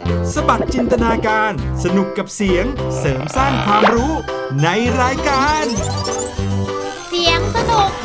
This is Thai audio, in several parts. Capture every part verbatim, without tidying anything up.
สบัดจินตนาการสนุกกับเสียงเสริมสร้างความรู้ในรายการเสียงสนุก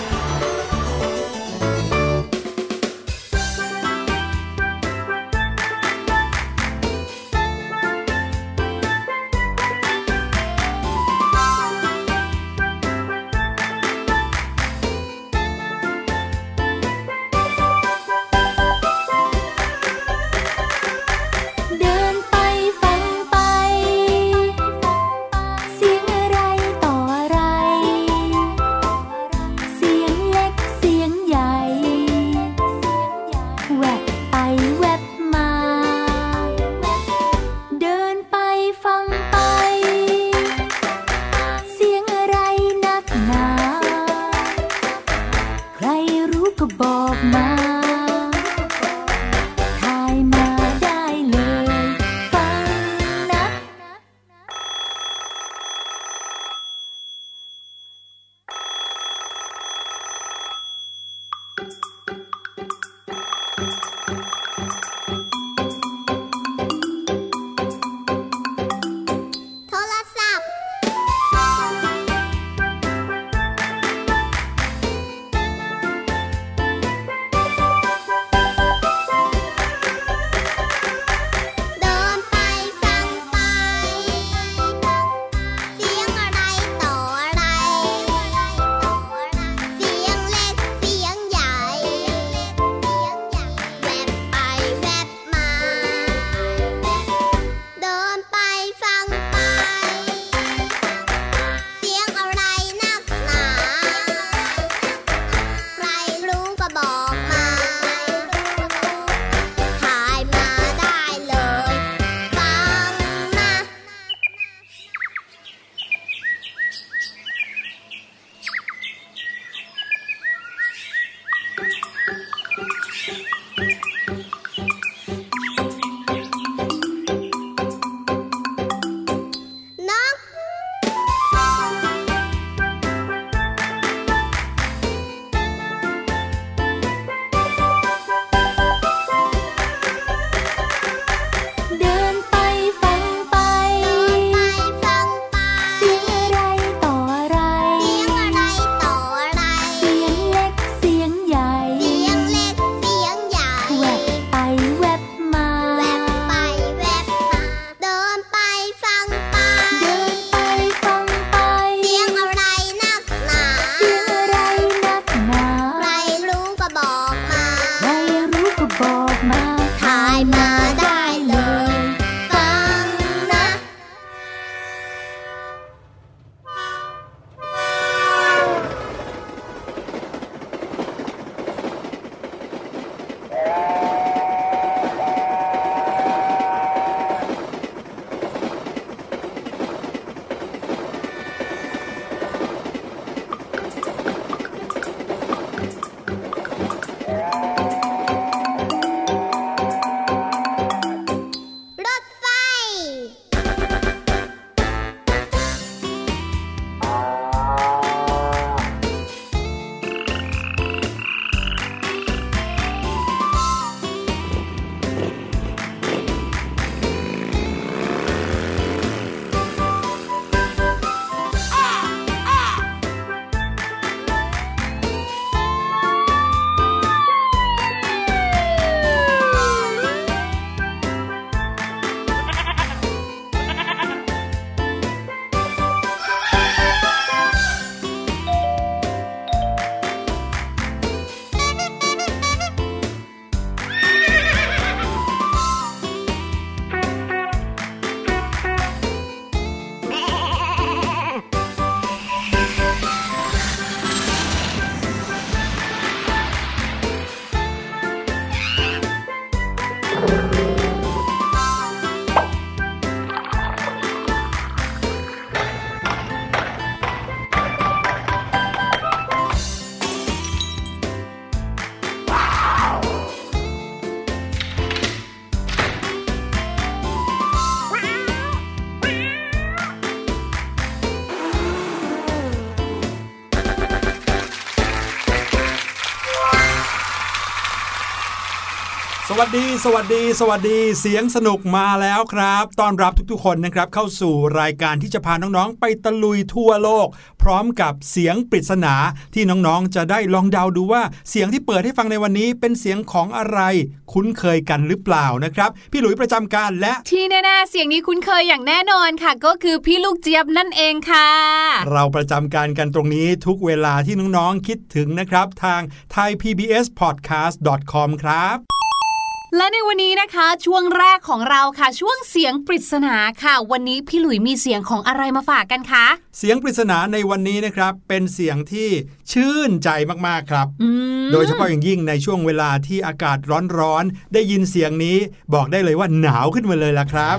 วัสดีสวัสดีสวัสดีเสียงสนุกมาแล้วครับต้อนรับทุกๆคนนะครับเข้าสู่รายการที่จะพาน้องๆไปตะลุยทั่วโลกพร้อมกับเสียงปริศนาที่น้องๆจะได้ลองเดาดูว่าเสียงที่เปิดให้ฟังในวันนี้เป็นเสียงของอะไรคุ้นเคยกันหรือเปล่านะครับพี่หลุยประจำการและที่แน่ๆเสียงนี้คุ้นเคยอย่างแน่นอนค่ะก็คือพี่ลูกเจี๊ยบนั่นเองค่ะเราประจำการกันตรงนี้ทุกเวลาที่น้องๆคิดถึงนะครับทาง ไทย พี บี เอส พอดแคสต์ ดอท คอม ครับและในวันนี้นะคะช่วงแรกของเราค่ะช่วงเสียงปริศนาค่ะวันนี้พี่หลุยมีเสียงของอะไรมาฝากกันคะเสียงปริศนาในวันนี้นะครับเป็นเสียงที่ชื่นใจมากๆครับโดยเฉพาะอย่างยิ่งในช่วงเวลาที่อากาศร้อนๆได้ยินเสียงนี้บอกได้เลยว่าหนาวขึ้นมาเลยล่ะครับ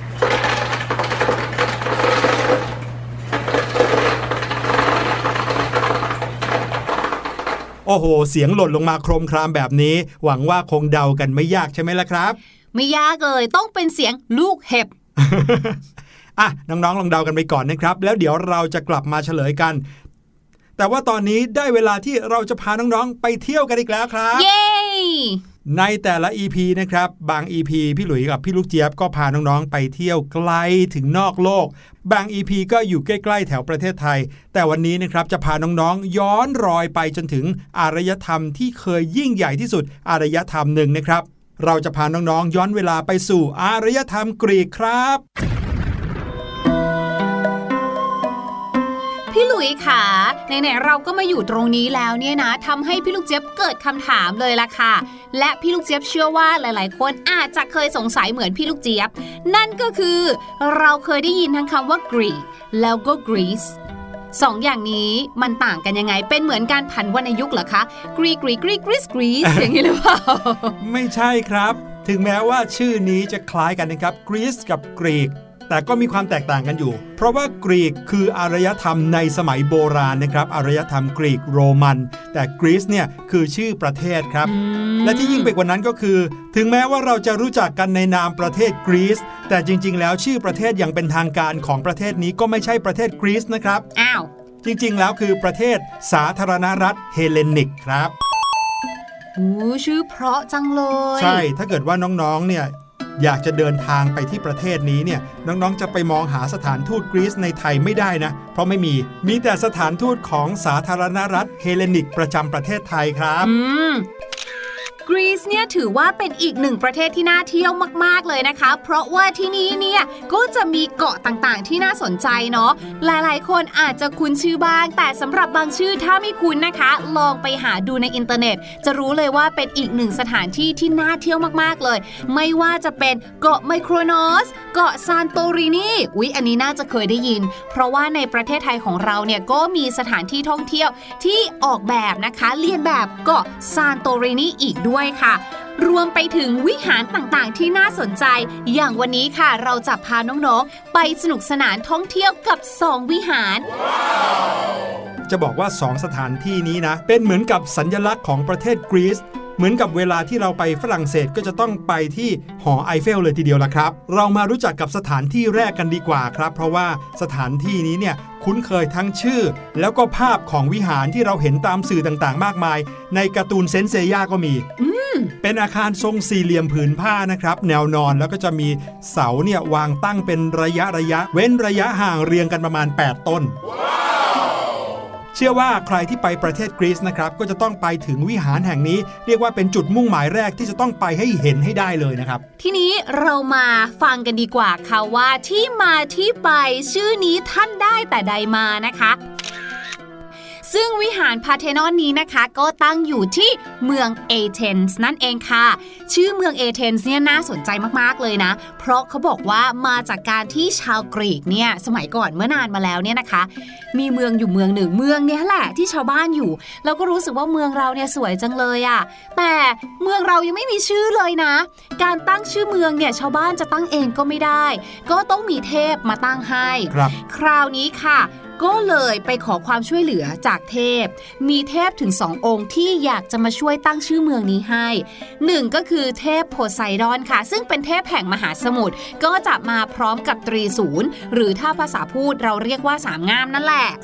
โอ้โหเสียงหล่นลงมาโครมครามแบบนี้หวังว่าคงเดากันไม่ยากใช่ไหมล่ะครับไม่ยากเลยต้องเป็นเสียงลูกเห็บอ่ะน้องๆลองเดากันไปก่อนนะครับแล้วเดี๋ยวเราจะกลับมาเฉลยกันแต่ว่าตอนนี้ได้เวลาที่เราจะพาน้องๆไปเที่ยวกันอีกแล้วครับเย้ในแต่ละ อี พี นะครับบาง อี พี พี่หลุยกับพี่ลูกเจี๊ยบก็พาน้องๆไปเที่ยวไกลถึงนอกโลกบาง อี พี ก็อยู่ใกล้ๆแถวประเทศไทยแต่วันนี้นะครับจะพาน้องๆย้อนรอยไปจนถึงอารยธรรมที่เคยยิ่งใหญ่ที่สุดอารยธรรมหนึ่งนะครับเราจะพาน้องๆย้อนเวลาไปสู่อารยธรรมกรีกครับพี่หลุยค่ะไหนๆเราก็มาอยู่ตรงนี้แล้วเนี่ยนะทำให้พี่ลูกเจี๊ยบเกิดคำถามเลยล่ะค่ะและพี่ลูกเจี๊ยบเชื่อว่าหลายๆคนอาจจะเคยสงสัยเหมือนพี่ลูกเจี๊ยบนั่นก็คือเราเคยได้ยินทั้งคำว่ากรีกแล้วก็กรีซสองอย่างนี้มันต่างกันยังไงเป็นเหมือนการผันวรรณยุกต์เหรอคะกรีกกรีกกรีกกรีซกรีซอย่างนี้หรือเปล่าไม่ใช่ครับถึงแม้ว่าชื่อนี้จะคล้ายกันนะครับกรีซกับกรีกแต่ก็มีความแตกต่างกันอยู่เพราะว่ากรีกคืออารยธรรมในสมัยโบราณนะครับอารยธรรมกรีกโรมันแต่กรีซเนี่ยคือชื่อประเทศครับและที่ยิ่งไปกว่านั้นก็คือถึงแม้ว่าเราจะรู้จักกันในนามประเทศกรีซแต่จริงๆแล้วชื่อประเทศอย่างเป็นทางการของประเทศนี้ก็ไม่ใช่ประเทศกรีซนะครับอ้าวจริงๆแล้วคือประเทศสาธารณรัฐเฮเลนิกครับโอ้ชื่อเพราะจังเลยใช่ถ้าเกิดว่าน้องๆเนี่ยอยากจะเดินทางไปที่ประเทศนี้เนี่ยน้องๆจะไปมองหาสถานทูตกรีซในไทยไม่ได้นะเพราะไม่มีมีแต่สถานทูตของสาธารณรัฐเฮเลนิกประจำประเทศไทยครับอืมกรีซเนี่ยถือว่าเป็นอีกหนึ่งประเทศที่น่าเที่ยวมากๆเลยนะคะเพราะว่าที่นี่เนี่ยก็จะมีเกาะต่างๆที่น่าสนใจเนาะหลายๆคนอาจจะคุ้นชื่อบ้างแต่สำหรับบางชื่อถ้าไม่คุ้นนะคะลองไปหาดูในอินเทอร์เน็ตจะรู้เลยว่าเป็นอีกหนึ่งสถานที่ที่น่าเที่ยวมากๆเลยไม่ว่าจะเป็นเกาะไมโครโนสเกาะซานโตรินีอุ๊ยอันนี้น่าจะเคยได้ยินเพราะว่าในประเทศไทยของเราเนี่ยก็มีสถานที่ท่องเที่ยวที่ออกแบบนะคะเลียนแบบเกาะซานโตรินีอีกด้วยค่ะรวมไปถึงวิหารต่างๆที่น่าสนใจอย่างวันนี้ค่ะเราจะพาน้องๆไปสนุกสนานท่องเที่ยวกับสองวิหาร wow. จะบอกว่าสองสถานที่นี้นะเป็นเหมือนกับสัญลักษณ์ของประเทศกรีซเหมือนกับเวลาที่เราไปฝรั่งเศสก็จะต้องไปที่หอไอเฟลเลยทีเดียวล่ะครับเรามารู้จักกับสถานที่แรกกันดีกว่าครับเพราะว่าสถานที่นี้เนี่ยคุ้นเคยทั้งชื่อแล้วก็ภาพของวิหารที่เราเห็นตามสื่อต่างๆมากมายในการ์ตูนเซนเซย่าก็มีเป็นอาคารทรงสี่เหลี่ยมผืนผ้านะครับแนวนอนแล้วก็จะมีเสาเนี่ยวางตั้งเป็นระยะระยะเว้นระยะห่างเรียงกันประมาณแปดต้น เชื่อว่าใครที่ไปประเทศกรีซนะครับก็จะต้องไปถึงวิหารแห่งนี้เรียกว่าเป็นจุดมุ่งหมายแรกที่จะต้องไปให้เห็นให้ได้เลยนะครับทีนี้เรามาฟังกันดีกว่าค่ะว่าที่มาที่ไปชื่อนี้ท่านได้แต่ใดมานะคะซึ่งวิหารพาร์เธนอนนี้นะคะก็ตั้งอยู่ที่เมืองเอเธนส์นั่นเองค่ะชื่อเมืองเอเธนส์เนี่ยน่าสนใจมากๆเลยนะเพราะเขาบอกว่ามาจากการที่ชาวกรีกเนี่ยสมัยก่อนเมื่อนานมาแล้วเนี่ยนะคะมีเมืองอยู่เมืองหนึ่งเมืองเนี่ยแหละที่ชาวบ้านอยู่แล้วก็รู้สึกว่าเมืองเราเนี่ยสวยจังเลยอ่ะแต่เมืองเรายังไม่มีชื่อเลยนะการตั้งชื่อเมืองเนี่ยชาวบ้านจะตั้งเองก็ไม่ได้ก็ต้องมีเทพมาตั้งให้ครับคราวนี้ค่ะก็เลยไปขอความช่วยเหลือจากเทพมีเทพถึงสององค์ที่อยากจะมาช่วยตั้งชื่อเมืองนี้ให้หนึ่งก็คือเทพโพไซดอนค่ะซึ่งเป็นเทพแห่งมหาสมุทรก็จะมาพร้อมกับตรีศูนย์หรือถ้าภาษาพูดเราเรียกว่าสามง่ามนั่นแหละครับ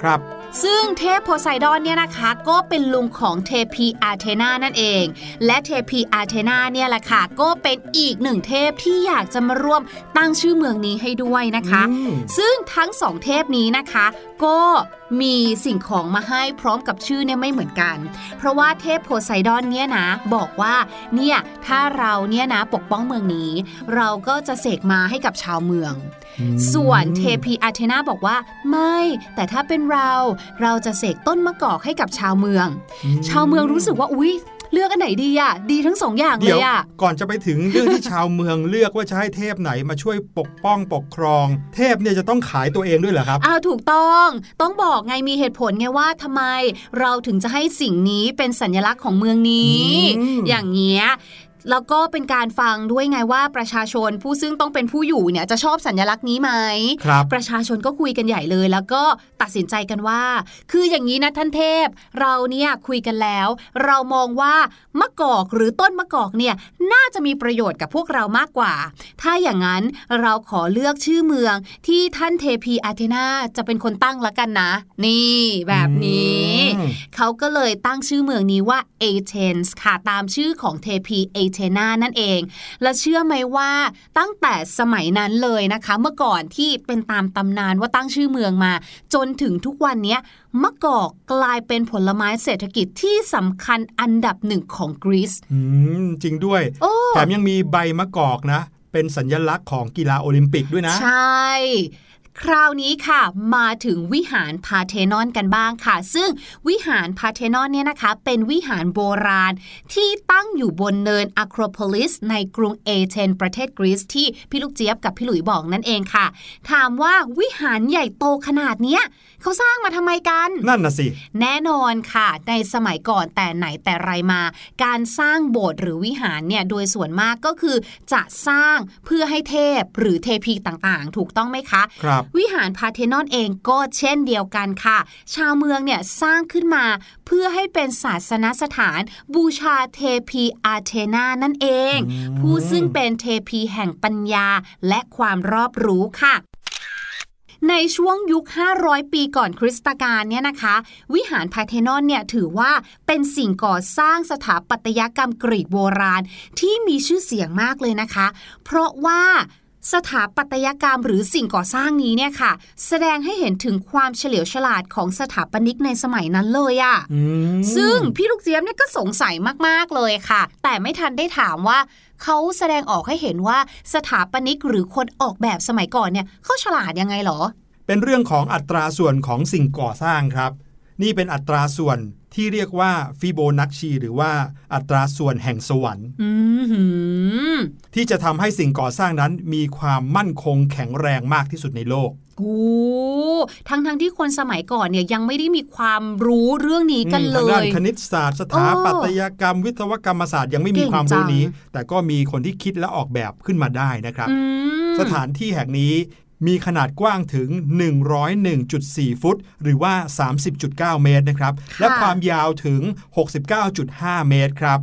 ซึ่งเทพโพไซดอนเนี่ยนะคะก็เป็นลุงของเทพีอาเธนานั่นเองและเทพีอาเธนาเนี่ยแหละค่ะก็เป็นอีกหนึ่งเทพที่อยากจะมาร่วมตั้งชื่อเมืองนี้ให้ด้วยนะคะซึ่งทั้งสองเทพนี้นะคะก็มีสิ่งของมาให้พร้อมกับชื่อเนี่ยไม่เหมือนกันเพราะว่าเทพโพไซดอนเนี่ยนะบอกว่าเนี่ยถ้าเราเนี่ยนะปกป้องเมืองนี้เราก็จะเสกมาให้กับชาวเมืองส่วนเทพีอาเธนาบอกว่าไม่แต่ถ้าเป็นเราเราจะเสกต้นมะกอกให้กับชาวเมืองชาวเมืองรู้สึกว่าอุ๊ยเลือกอันไหนดีอ่ะดีทั้งสองอย่างเลยอ่ะก่อนจะไปถึงเรื่องที่ชาวเมืองเลือกว่าจะให้เทพไหนมาช่วยปกป้องปกครองเทพเนี่ยจะต้องขายตัวเองด้วยเหรอครับอ้าวถูกต้องต้องบอกไงมีเหตุผลไงว่าทำไมเราถึงจะให้สิ่งนี้เป็นสัญลักษณ์ของเมืองนี้ อ, อย่างเงี้ยแล้วก็เป็นการฟังด้วยไงว่าประชาชนผู้ซึ่งต้องเป็นผู้อยู่เนี่ยจะชอบสัญลักษณ์นี้ไหมประชาชนก็คุยกันใหญ่เลยแล้วก็ตัดสินใจกันว่าคืออย่างนี้นะท่านเทพเราเนี่ยคุยกันแล้วเรามองว่ามะกอกหรือต้นมะกอกเนี่ยน่าจะมีประโยชน์กับพวกเรามากกว่าถ้าอย่างนั้นเราขอเลือกชื่อเมืองที่ท่านเทพีอาเธนาจะเป็นคนตั้งละกันนะนี่แบบนี้เขาก็เลยตั้งชื่อเมืองนี้ว่าเอเธนส์ค่ะตามชื่อของเทพีเอเธนานั่นเองและเชื่อไหมว่าตั้งแต่สมัยนั้นเลยนะคะเมื่อก่อนที่เป็นตามตำนานว่าตั้งชื่อเมืองมาจนถึงทุกวันนี้มะกอกกลายเป็นผลไม้เศรษฐกิจที่สำคัญอันดับหนึ่งของกรีซอืมจริงด้วยแถมยังมีใบมะกอกนะเป็นสัญลักษณ์ของกีฬาโอลิมปิกด้วยนะใช่คราวนี้ค่ะมาถึงวิหารพาเทนอนกันบ้างค่ะซึ่งวิหารพาเทนอนเนี่ยนะคะเป็นวิหารโบราณที่ตั้งอยู่บนเนินอะโครโพลิสในกรุงเอเธนประเทศกรีซที่พี่ลูกเจี๊ยบกับพี่หลุยบอกนั่นเองค่ะถามว่าวิหารใหญ่โตขนาดเนี้ยเขาสร้างมาทำไมกันนั่นน่ะสิแน่นอนค่ะในสมัยก่อนแต่ไหนแต่ไรมาการสร้างโบสถ์หรือวิหารเนี่ยโดยส่วนมากก็คือจะสร้างเพื่อให้เทพหรือเทพีต่างๆถูกต้องไหมคะครับวิหารพาเทนอนเองก็เช่นเดียวกันค่ะชาวเมืองเนี่ยสร้างขึ้นมาเพื่อให้เป็นศาสนสถานบูชาเทพีอาเธนานั่นเองผู้ซึ่งเป็นเทพีแห่งปัญญาและความรอบรู้ค่ะในช่วงยุคห้าร้อยปีก่อนคริสตกาลเนี่ยนะคะวิหารพาเทนอนเนี่ยถือว่าเป็นสิ่งก่อสร้างสถาปัตยกรรมกรีกโบราณที่มีชื่อเสียงมากเลยนะคะเพราะว่าสถาปัตยกรรมหรือสิ่งก่อสร้างนี้เนี่ยค่ะแสดงให้เห็นถึงความเฉลียวฉลาดของสถาปนิกในสมัยนั้นเลยอะซึ่งพี่ลูกเจี๊ยบเนี่ยก็สงสัยมากๆเลยค่ะแต่ไม่ทันได้ถามว่าเขาแสดงออกให้เห็นว่าสถาปนิกหรือคนออกแบบสมัยก่อนเนี่ยเขาฉลาดยังไงหรอเป็นเรื่องของอัตราส่วนของสิ่งก่อสร้างครับนี่เป็นอัตราส่วนที่เรียกว่าฟิโบนัชชีหรือว่าอัตราส่วนแห่งสวรรค์ที่จะทำให้สิ่งก่อสร้างนั้นมีความมั่นคงแข็งแรงมากที่สุดในโลกโอ้ทั้งทั้งที่คนสมัยก่อนเนี่ยยังไม่ได้มีความรู้เรื่องนี้กันเลยทางด้านคณิตศาสตร์สถาปัตยกรรมวิศวกรรมศาสตร์ยังไม่มีความรู้นี้แต่ก็มีคนที่คิดและออกแบบขึ้นมาได้นะครับสถานที่แห่งนี้มีขนาดกว้างถึง หนึ่งร้อยเอ็ดจุดสี่ ฟุตหรือว่า สามสิบจุดเก้า เมตรนะครับและความยาวถึง หกสิบเก้าจุดห้า เมตรครับ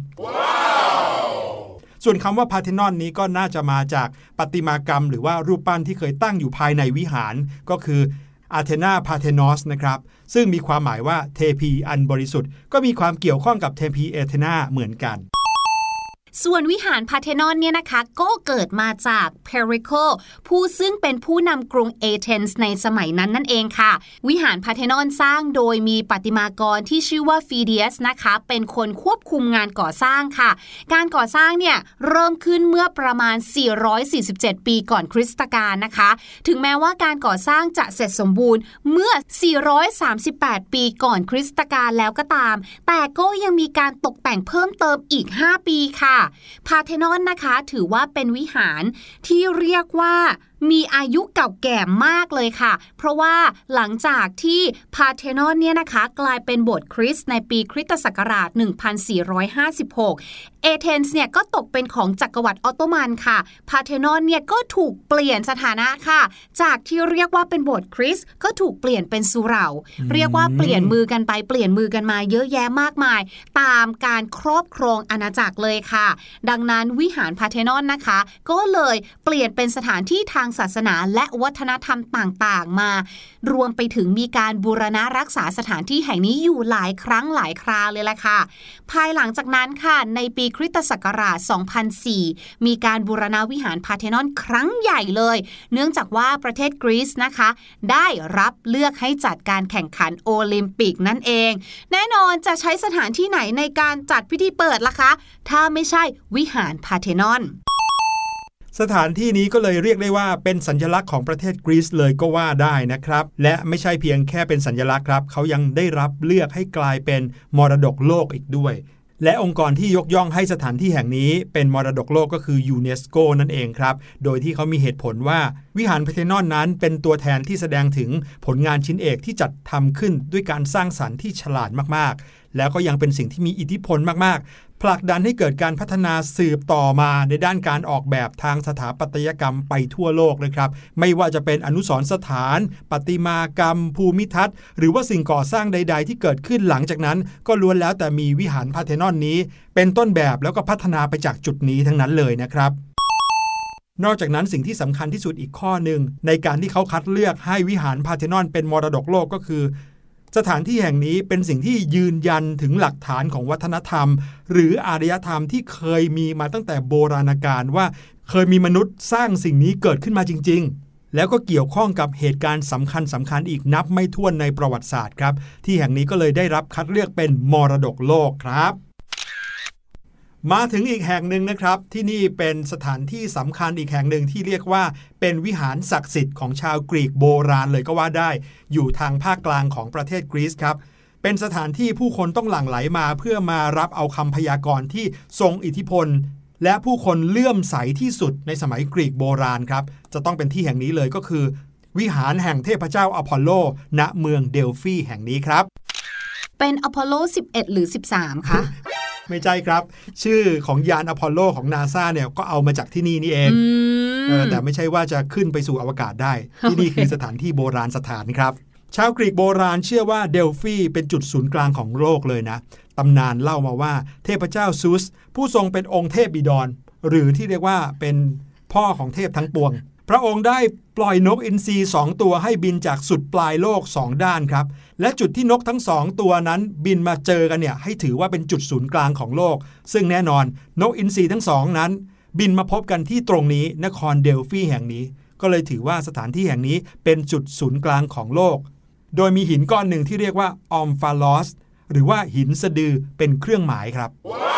wow! ส่วนคำว่าพาร์เธนอนนี้ก็น่าจะมาจากประติมากรรมหรือว่ารูปปั้นที่เคยตั้งอยู่ภายในวิหารก็คืออาเธนาพาร์เธนอสนะครับซึ่งมีความหมายว่าเทพีอันบริสุทธิ์ก็มีความเกี่ยวข้องกับเทพีเอเธนาเหมือนกันส่วนวิหารพาเทนอนเนี่ยนะคะก็เกิดมาจากเพริโคลผู้ซึ่งเป็นผู้นำกรุงเอเธนส์ในสมัยนั้นนั่นเองค่ะวิหารพาเทนอนสร้างโดยมีประติมากรที่ชื่อว่าฟีเดียสนะคะเป็นคนควบคุมงานก่อสร้างค่ะการก่อสร้างเนี่ยเริ่มขึ้นเมื่อประมาณสี่ร้อยสี่สิบเจ็ดปีก่อนคริสตกาลนะคะถึงแม้ว่าการก่อสร้างจะเสร็จสมบูรณ์เมื่อสี่ร้อยสามสิบแปดปีก่อนคริสตกาลแล้วก็ตามแต่ก็ยังมีการตกแต่งเพิ่มเติมอีกห้าปีค่ะพาเทนอนนะคะถือว่าเป็นวิหารที่เรียกว่ามีอายุเก่าแก่มากเลยค่ะเพราะว่าหลังจากที่พาเทนอนเนี่ยนะคะกลายเป็นโบสถ์คริสต์ในปีคริสตศักราชหนึ่งพันสี่ร้อยห้าสิบหกเอเธนส์เนี่ยก็ตกเป็นของจักรวรรดิออตโตมันค่ะพาเทนอนเนี่ยก็ถูกเปลี่ยนสถานะค่ะจากที่เรียกว่าเป็นโบสถ์คริสต์ก็ถูกเปลี่ยนเป็นสุเหร่าเรียกว่าเปลี่ยนมือกันไปเปลี่ยนมือกันมาเยอะแยะมากมายตามการครอบครองอาณาจักรเลยค่ะดังนั้นวิหารพาเทนอนนะคะก็เลยเปลี่ยนเป็นสถานที่ทางางศาสนาและวัฒนธรรมต่างๆมารวมไปถึงมีการบูรณะรักษาสถานที่แห่งนี้อยู่หลายครั้งหลายคราเลยล่ะค่ะภายหลังจากนั้นค่ะในปีคริสตศักราช สองพันสี่ มีการบูรณะวิหารพาร์เธนอนครั้งใหญ่เลยเนื่องจากว่าประเทศกรีซนะคะได้รับเลือกให้จัดการแข่งขันโอลิมปิกนั่นเองแน่นอนจะใช้สถานที่ไหนในการจัดพิธีเปิดล่ะคะถ้าไม่ใช่วิหารพาร์เธนอนสถานที่นี้ก็เลยเรียกได้ว่าเป็นสัญลักษณ์ของประเทศกรีซเลยก็ว่าได้นะครับและไม่ใช่เพียงแค่เป็นสัญลักษณ์ครับเขายังได้รับเลือกให้กลายเป็นมรดกโลกอีกด้วยและองค์กรที่ยกย่องให้สถานที่แห่งนี้เป็นมรดกโลกก็คือยูเนสโกนั่นเองครับโดยที่เขามีเหตุผลว่าวิหารพาร์เธนอนนั้นเป็นตัวแทนที่แสดงถึงผลงานชิ้นเอกที่จัดทำขึ้นด้วยการสร้างสรรค์ที่ฉลาดมากๆแล้วก็ยังเป็นสิ่งที่มีอิทธิพลมากๆผลักดันให้เกิดการพัฒนาสืบต่อมาในด้านการออกแบบทางสถาปัตยกรรมไปทั่วโลกนะครับไม่ว่าจะเป็นอนุสรณ์สถานประติมากรรมภูมิทัศน์หรือว่าสิ่งก่อสร้างใดๆที่เกิดขึ้นหลังจากนั้นก็ล้วนแล้วแต่มีวิหารพาร์เธนอนนี้เป็นต้นแบบแล้วก็พัฒนาไปจากจุดนี้ทั้งนั้นเลยนะครับนอกจากนั้นสิ่งที่สำคัญที่สุดอีกข้อหนึ่งในการที่เขาคัดเลือกให้วิหารพาร์เธนอนเป็นมรดกโลกก็คือสถานที่แห่งนี้เป็นสิ่งที่ยืนยันถึงหลักฐานของวัฒนธรรมหรืออารยธรรมที่เคยมีมาตั้งแต่โบราณกาลว่าเคยมีมนุษย์สร้างสิ่งนี้เกิดขึ้นมาจริงๆแล้วก็เกี่ยวข้องกับเหตุการณ์สำคัญสำคัญอีกนับไม่ถ้วนในประวัติศาสตร์ครับที่แห่งนี้ก็เลยได้รับคัดเลือกเป็นมรดกโลกครับมาถึงอีกแห่งหนึ่งนะครับที่นี่เป็นสถานที่สำคัญอีกแห่งหนึ่งที่เรียกว่าเป็นวิหารศักดิ์สิทธิ์ของชาวกรีกโบราณเลยก็ว่าได้อยู่ทางภาคกลางของประเทศกรีซครับเป็นสถานที่ผู้คนต้องหลั่งไหลมาเพื่อมารับเอาคำพยากรณ์ที่ทรงอิทธิพลและผู้คนเลื่อมใสที่สุดในสมัยกรีกโบราณครับจะต้องเป็นที่แห่งนี้เลยก็คือวิหารแห่งเทพเจ้าอพอลโลณเมืองเดลฟีแห่งนี้ครับเป็นอพอลโลสิบเอ็ดหรือสิบสามคะไม่ใช่ครับชื่อของยานอพอลโลของ NASA เนี่ยก็เอามาจากที่นี่นี่เองเออแต่ไม่ใช่ว่าจะขึ้นไปสู่อวกาศได้ ที่นี่คือสถานที่โบราณสถานครับชาวกรีกโบราณเชื่อว่าเดลฟีเป็นจุดศูนย์กลางของโลกเลยนะตำนานเล่ามาว่าเทพเจ้าซูสผู้ทรงเป็นองค์เทพบิดรหรือที่เรียกว่าเป็นพ่อของเทพทั้งปวงพระองค์ได้ปล่อยนกอินทรีสองตัวให้บินจากสุดปลายโลกสองด้านครับและจุดที่นกทั้งสองตัวนั้นบินมาเจอกันเนี่ยให้ถือว่าเป็นจุดศูนย์กลางของโลกซึ่งแน่นอนนกอินทรีทั้งสองนั้นบินมาพบกันที่ตรงนี้นครเดลฟีแห่งนี้ก็เลยถือว่าสถานที่แห่งนี้เป็นจุดศูนย์กลางของโลกโดยมีหินก้อนหนึ่งที่เรียกว่าออมฟาลอสหรือว่าหินสะดือเป็นเครื่องหมายครับ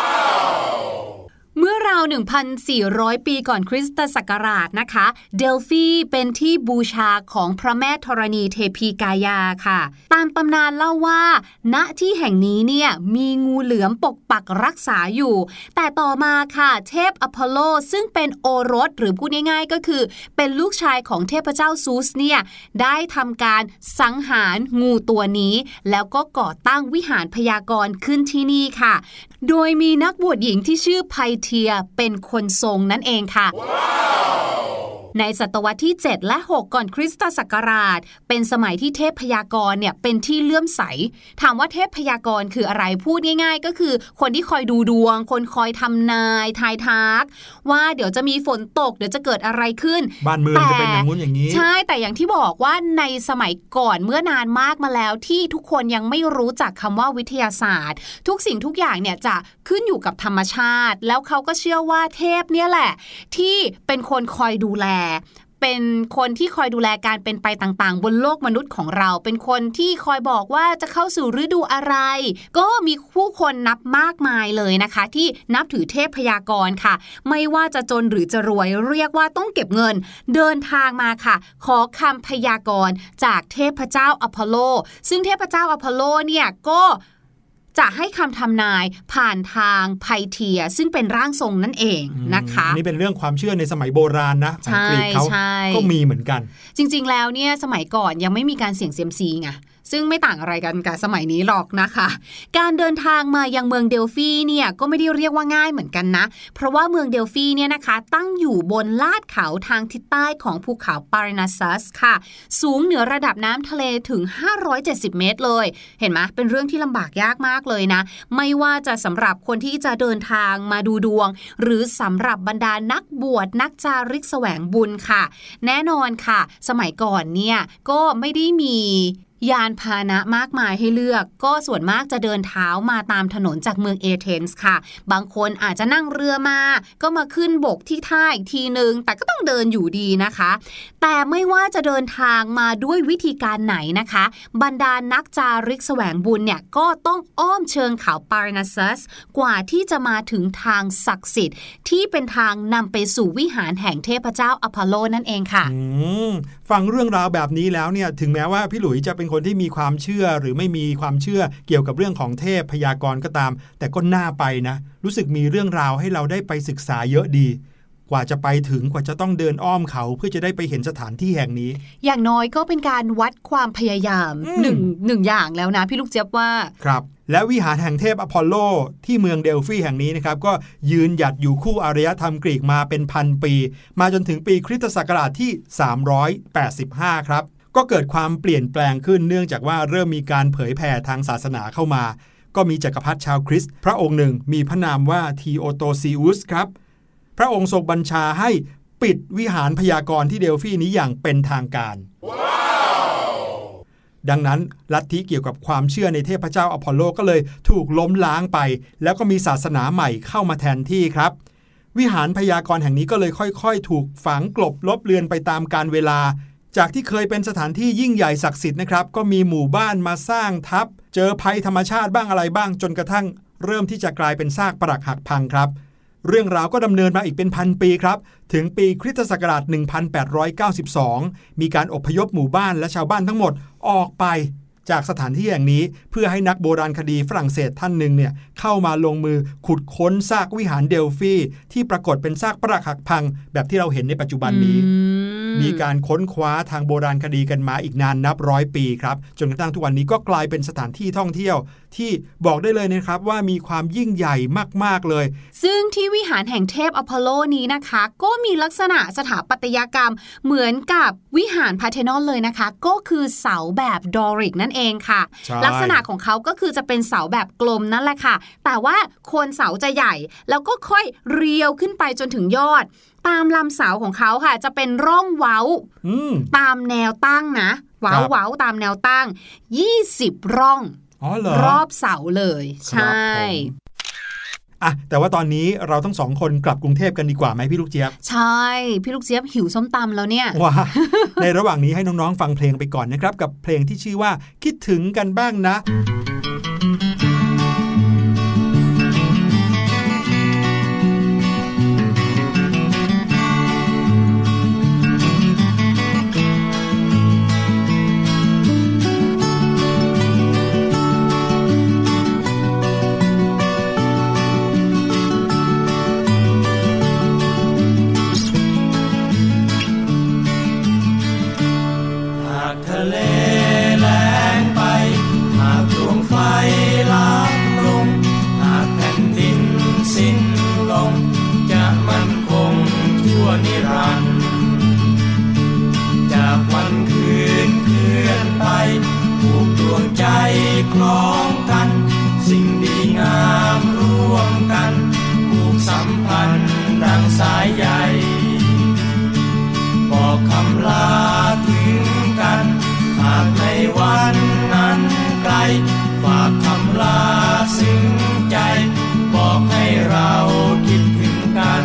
เมื่อราว หนึ่งพันสี่ร้อย ปีก่อนคริสตศักราชนะคะเดลฟีเป็นที่บูชาของพระแม่ธรณีเทพีกายาค่ะตามตำนานเล่าว่าณที่แห่งนี้เนี่ยมีงูเหลือมปกปักรักษาอยู่แต่ต่อมาค่ะเทพอพอลโลซึ่งเป็นโอรสหรือพูดง่ายๆก็คือเป็นลูกชายของเทพเจ้าซูสเนี่ยได้ทำการสังหารงูตัวนี้แล้วก็ก่อตั้งวิหารพยากรณ์ขึ้นที่นี่ค่ะโดยมีนักบวชหญิงที่ชื่อไพเทียเป็นคนทรงนั่นเองค่ะ wow! ในศตวรรษที่เจ็ดและหกก่อนคริสตศักราชเป็นสมัยที่เทพพยากรณ์เนี่ยเป็นที่เลื่อมใสถามว่าเทพพยากรณ์คืออะไรพูดง่ายๆก็คือคนที่คอยดูดวงคนคอยทำนายทายทักว่าเดี๋ยวจะมีฝนตกเดี๋ยวจะเกิดอะไรขึ้นบ้านเมืองจะเป็นอย่างงู้นอย่างนี้ใช่แต่อย่างที่บอกว่าในสมัยก่อนเมื่อนานมากมาแล้วที่ทุกคนยังไม่รู้จักคำว่าวิทยาศาสตร์ทุกสิ่งทุกอย่างเนี่ยจะขึ้นอยู่กับธรรมชาติแล้วเขาก็เชื่อว่าเทพเนี่ยแหละที่เป็นคนคอยดูแลเป็นคนที่คอยดูแลการเป็นไปต่างๆบนโลกมนุษย์ของเราเป็นคนที่คอยบอกว่าจะเข้าสู่ฤดูอะไรก็มีผู้คนนับมากมายเลยนะคะที่นับถือเทพพยากรณ์ค่ะไม่ว่าจะจนหรือจะรวยเรียกว่าต้องเก็บเงินเดินทางมาค่ะขอคำพยากรณ์จากเทพเจ้าอพอลโลซึ่งเทพเจ้าอพอลโลเนี่ยก็จะให้คำทำนายผ่านทางไพเทียซึ่งเป็นร่างทรงนั่นเองนะคะอันนี้เป็นเรื่องความเชื่อในสมัยโบราณนะของกรีกเขาก็มีเหมือนกันจริงๆแล้วเนี่ยสมัยก่อนยังไม่มีการเสี่ยงเซียมซีไงซึ่งไม่ต่างอะไรกันกับสมัยนี้หรอกนะคะการเดินทางมายังเมืองเดลฟีเนี่ยก็ไม่ได้เรียกว่าง่ายเหมือนกันนะเพราะว่าเมืองเดลฟีเนี่ยนะคะตั้งอยู่บนลาดเขาทางทิศใต้ของภูเขาปารานัสซัสค่ะสูงเหนือระดับน้ำทะเลถึงห้าร้อยเจ็ดสิบเมตรเลยเห็นไหมเป็นเรื่องที่ลำบากยากมากเลยนะไม่ว่าจะสำหรับคนที่จะเดินทางมาดูดวงหรือสำหรับบรรดานักบวชนักจาริกแสวงบุญค่ะแน่นอนค่ะสมัยก่อนเนี่ยก็ไม่ได้มียานพาหนะมากมายให้เลือกก็ส่วนมากจะเดินเท้ามาตามถนนจากเมืองเอเธนส์ค่ะบางคนอาจจะนั่งเรือมาก็มาขึ้นบกที่ท่าอีกทีนึงแต่ก็ต้องเดินอยู่ดีนะคะแต่ไม่ว่าจะเดินทางมาด้วยวิธีการไหนนะคะบรรดานักจาริกแสวงบุญเนี่ยก็ต้องอ้อมเชิงเขาปารานัสซัสกว่าที่จะมาถึงทางศักดิ์สิทธิ์ที่เป็นทางนำไปสู่วิหารแห่งเทพเจ้าอพอลโลนั่นเองค่ะฟังเรื่องราวแบบนี้แล้วเนี่ยถึงแม้ว่าพี่หลุยจะเป็นคนที่มีความเชื่อหรือไม่มีความเชื่อเกี่ยวกับเรื่องของเทพพยากรณ์ก็ตามแต่ก็น่าไปนะรู้สึกมีเรื่องราวให้เราได้ไปศึกษาเยอะดีกว่าจะไปถึงกว่าจะต้องเดินอ้อมเขาเพื่อจะได้ไปเห็นสถานที่แห่งนี้อย่างน้อยก็เป็นการวัดความพยายามหนึ่งหนึ่งอย่างแล้วนะพี่ลูกเจี๊ยบว่าครับและวิหารแห่งเทพอพอลโลที่เมืองเดลฟีแห่งนี้นะครับก็ยืนหยัดอยู่คู่อารยธรรมกรีกมาเป็นพันปีมาจนถึงปีคริสตศักราชที่สามร้อยแปดสิบห้าครับก็เกิดความเปลี่ยนแปลงขึ้นเนื่องจากว่าเริ่มมีการเผยแผ่ทางศาสนาเข้ามาก็มีจักรพรรดิชาวคริสต์พระองค์หนึ่งมีพระนามว่าทีโอโตซิอุสครับพระองค์ทรงบัญชาให้ปิดวิหารพยากรณ์ที่เดลฟีนี้อย่างเป็นทางการ wow! ดังนั้นลัทธิเกี่ยวกับความเชื่อในเทพเจ้าอพอลโลก็เลยถูกล้มล้างไปแล้วก็มีศาสนาใหม่เข้ามาแทนที่ครับวิหารพยากรณ์แห่งนี้ก็เลยค่อยๆถูกฝังกลบลบเลือนไปตามกาลเวลาจากที่เคยเป็นสถานที่ยิ่งใหญ่ศักดิ์สิทธิ์นะครับก็มีหมู่บ้านมาสร้างทับเจอภัยธรรมชาติบ้างอะไรบ้างจนกระทั่งเริ่มที่จะกลายเป็นซากปรักหักพังครับเรื่องราวก็ดำเนินมาอีกเป็นพันปีครับถึงปีคริสตศักราชหนึ่งพันแปดร้อยเก้าสิบสองมีการอพยพหมู่บ้านและชาวบ้านทั้งหมดออกไปจากสถานที่แห่งนี้เพื่อให้นักโบราณคดีฝรั่งเศสท่านหนึ่งเนี่ยเข้ามาลงมือขุดค้นซากวิหารเดลฟีที่ปรากฏเป็นซากปรักหักพังแบบที่เราเห็นในปัจจุบันนี้มีการค้นคว้าทางโบราณคดีกันมาอีกนานนับร้อยปีครับจนกระทั่งทุกวันนี้ก็กลายเป็นสถานที่ท่องเที่ยวที่บอกได้เลยนะครับว่ามีความยิ่งใหญ่มากๆเลยซึ่งที่วิหารแห่งเทพอพอลโลนี้นะคะก็มีลักษณะสถาปัตยกรรมเหมือนกับวิหารพาร์เธนอนเลยนะคะก็คือเสาแบบดอริกนั่นเองค่ะลักษณะของเขาก็คือจะเป็นเสาแบบกลมนั่นแหละค่ะแต่ว่าโคนเสาจะใหญ่แล้วก็ค่อยเรียวขึ้นไปจนถึงยอดตามลำเสาของเขาค่ะจะเป็นร่องเว้าตามแนวตั้งนะเว้าเว้าตามแนวตั้งยี่สิบร่องรอบเสาเลยใช่อ่ะแต่ว่าตอนนี้เราทั้งสองคนกลับกรุงเทพกันดีกว่าไหมพี่ลูกเจี๊ยบใช่พี่ลูกเจี๊ยบหิวส้มตำแล้วเนี่ยว้า ในระหว่างนี้ให้น้องๆฟังเพลงไปก่อนนะครับกับเพลงที่ชื่อว่าคิดถึงกันบ้างนะคล้องกันสิ่งดีงามร่วมกันผูกสัมพันธ์ดังสายใยบอกคำลาถึงกันหากในวันนั้นไกลฝากคำลาซึ้งใจบอกให้เราคิดถึงกัน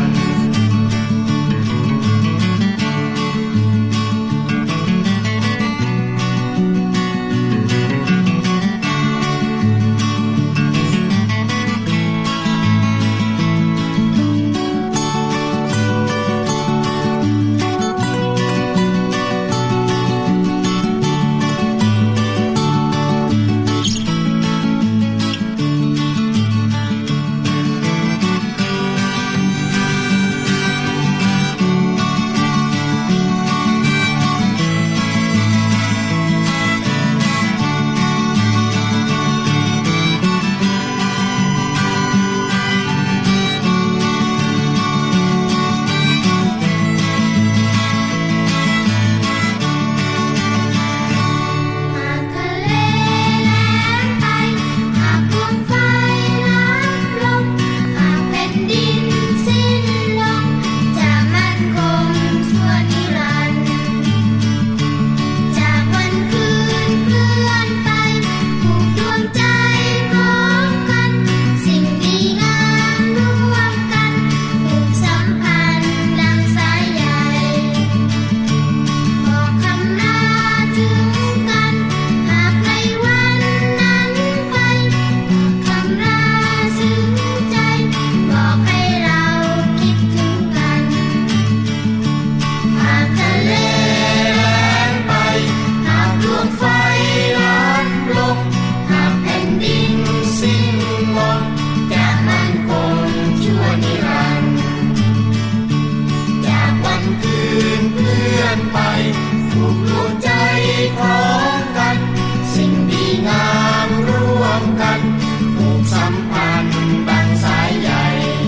ดวงใจพร้อมกันสิ่งดีงามร่วมกันผูกสัมพันธ์ดังสายใย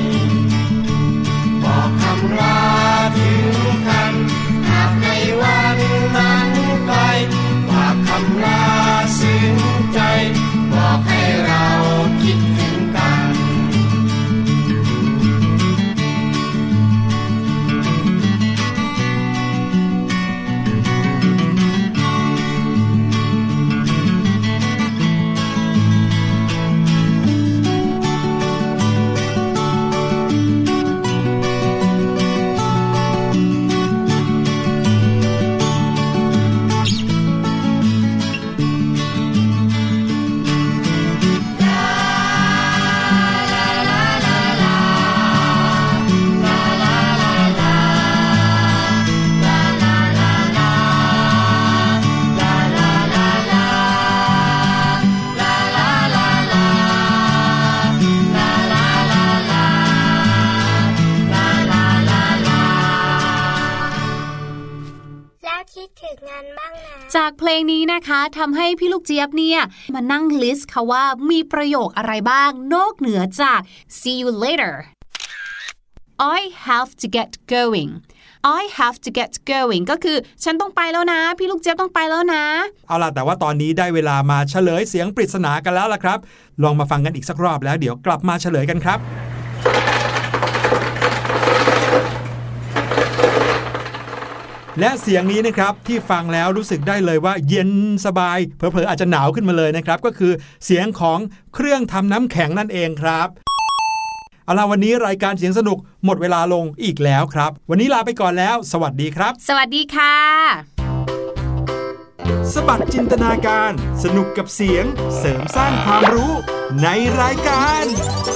บอกคำลาถึงกันหากในวันนั้นไกลฝากคำลาซึ้งใจบอกให้เราคิดถึงกันจากเพลงนี้นะคะทำให้พี่ลูกเจี๊ยบเนี่ยมานั่งลิสต์ค่ะว่ามีประโยคอะไรบ้างนอกเหนือจาก see you later I have to get going I have to get going ก็คือฉันต้องไปแล้วนะพี่ลูกเจี๊ยบต้องไปแล้วนะเอาล่ะแต่ว่าตอนนี้ได้เวลามาเฉลยเสียงปริศนากันแล้วล่ะครับลองมาฟังกันอีกสักรอบแล้วเดี๋ยวกลับมาเฉลยกันครับและเสียงนี้นะครับที่ฟังแล้วรู้สึกได้เลยว่าเย็นสบายเผลอๆอาจจะหนาวขึ้นมาเลยนะครับก็คือเสียงของเครื่องทำน้ำแข็งนั่นเองครับเอาล่ะวันนี้รายการเสียงสนุกหมดเวลาลงอีกแล้วครับวันนี้ลาไปก่อนแล้วสวัสดีครับสวัสดีค่ะสบัดจินตนาการสนุกกับเสียงเสริมสร้างความรู้ในรายการ